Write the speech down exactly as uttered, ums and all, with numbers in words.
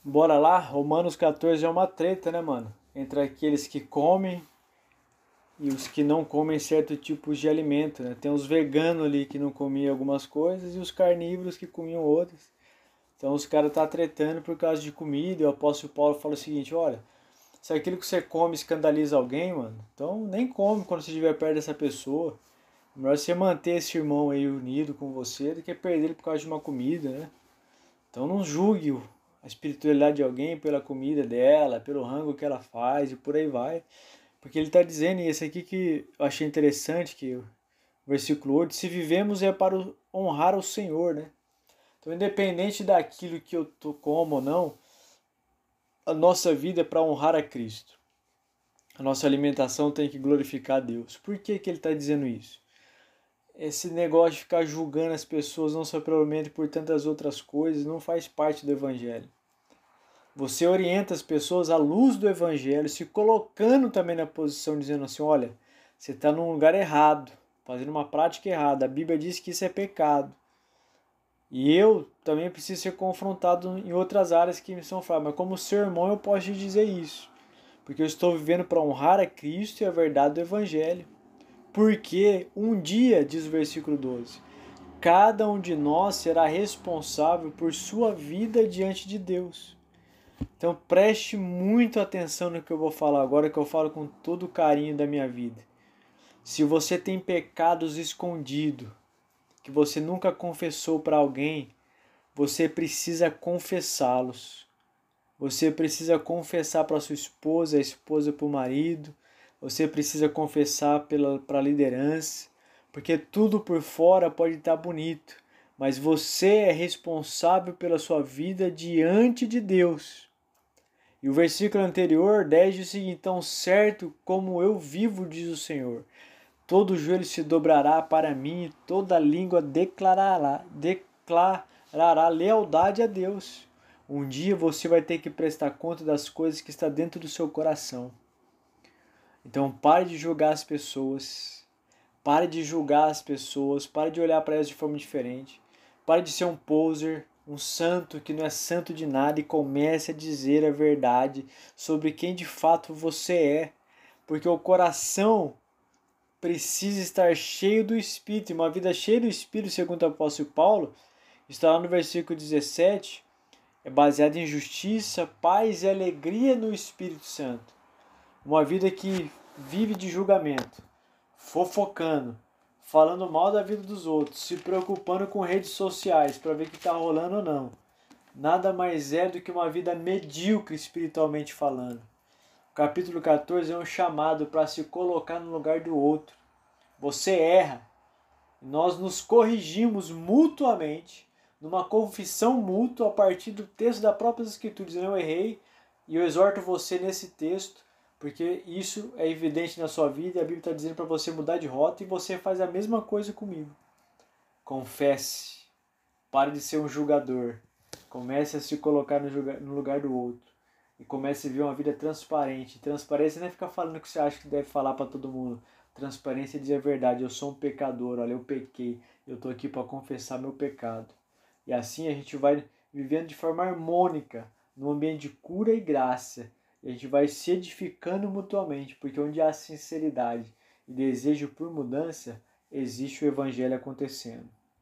Bora lá, Romanos quatorze é uma treta, né, mano? Entre aqueles que comem e os que não comem certo tipos de alimento, né? Tem os veganos ali que não comiam algumas coisas e os carnívoros que comiam outras. Então os caras tá tretando por causa de comida e o apóstolo Paulo fala o seguinte, olha, se aquilo que você come escandaliza alguém, mano, então nem come quando você estiver perto dessa pessoa. Melhor você manter esse irmão aí unido com você do que perder ele por causa de uma comida, né? Então não julgue a espiritualidade de alguém pela comida dela, pelo rango que ela faz e por aí vai. Porque ele está dizendo, e esse aqui que eu achei interessante, que o versículo oito, se vivemos é para honrar o Senhor, né? Então independente daquilo que eu tô como ou não, a nossa vida é para honrar a Cristo. A nossa alimentação tem que glorificar a Deus. Por que, que ele está dizendo isso? Esse negócio de ficar julgando as pessoas não só pelo alimento e por tantas outras coisas não faz parte do Evangelho. Você orienta as pessoas à luz do Evangelho, se colocando também na posição, dizendo assim, olha, você está num lugar errado, fazendo uma prática errada. A Bíblia diz que isso é pecado. E eu também preciso ser confrontado em outras áreas que me são fracas. Mas como seu irmão eu posso te dizer isso. Porque eu estou vivendo para honrar a Cristo e a verdade do Evangelho. Porque um dia, diz o versículo doze, cada um de nós será responsável por sua vida diante de Deus. Então preste muito atenção no que eu vou falar agora, que eu falo com todo o carinho da minha vida. Se você tem pecados escondidos, que você nunca confessou para alguém, você precisa confessá-los. Você precisa confessar para sua esposa, a esposa para o marido. Você precisa confessar para a liderança, porque tudo por fora pode estar bonito, mas você é responsável pela sua vida diante de Deus. E o versículo anterior, dez, diz o seguinte, tão certo como eu vivo, diz o Senhor, todo joelho se dobrará para mim e toda língua declarará, declarará lealdade a Deus. Um dia você vai ter que prestar conta das coisas que está dentro do seu coração. Então pare de julgar as pessoas, pare de julgar as pessoas, pare de olhar para elas de forma diferente, pare de ser um poser, um santo que não é santo de nada e comece a dizer a verdade sobre quem de fato você é, porque o coração precisa estar cheio do Espírito, e uma vida cheia do Espírito, segundo o apóstolo Paulo, está lá no versículo dezessete, é baseada em justiça, paz e alegria no Espírito Santo. Uma vida que vive de julgamento, fofocando, falando mal da vida dos outros, se preocupando com redes sociais para ver o que está rolando ou não. Nada mais é do que uma vida medíocre espiritualmente falando. O capítulo quatorze é um chamado para se colocar no lugar do outro. Você erra. Nós nos corrigimos mutuamente, numa confissão mútua a partir do texto da própria Escritura, dizendo eu errei e eu exorto você nesse texto, porque isso é evidente na sua vida e a Bíblia está dizendo para você mudar de rota e você faz a mesma coisa comigo. Confesse. Pare de ser um julgador. Comece a se colocar no lugar do outro. E comece a viver uma vida transparente. Transparência não é ficar falando o que você acha que deve falar para todo mundo. Transparência é dizer a verdade. Eu sou um pecador, olha, eu pequei. Eu estou aqui para confessar meu pecado. E assim a gente vai vivendo de forma harmônica, num ambiente de cura e graça. E a gente vai se edificando mutuamente, porque onde há sinceridade e desejo por mudança, existe o Evangelho acontecendo.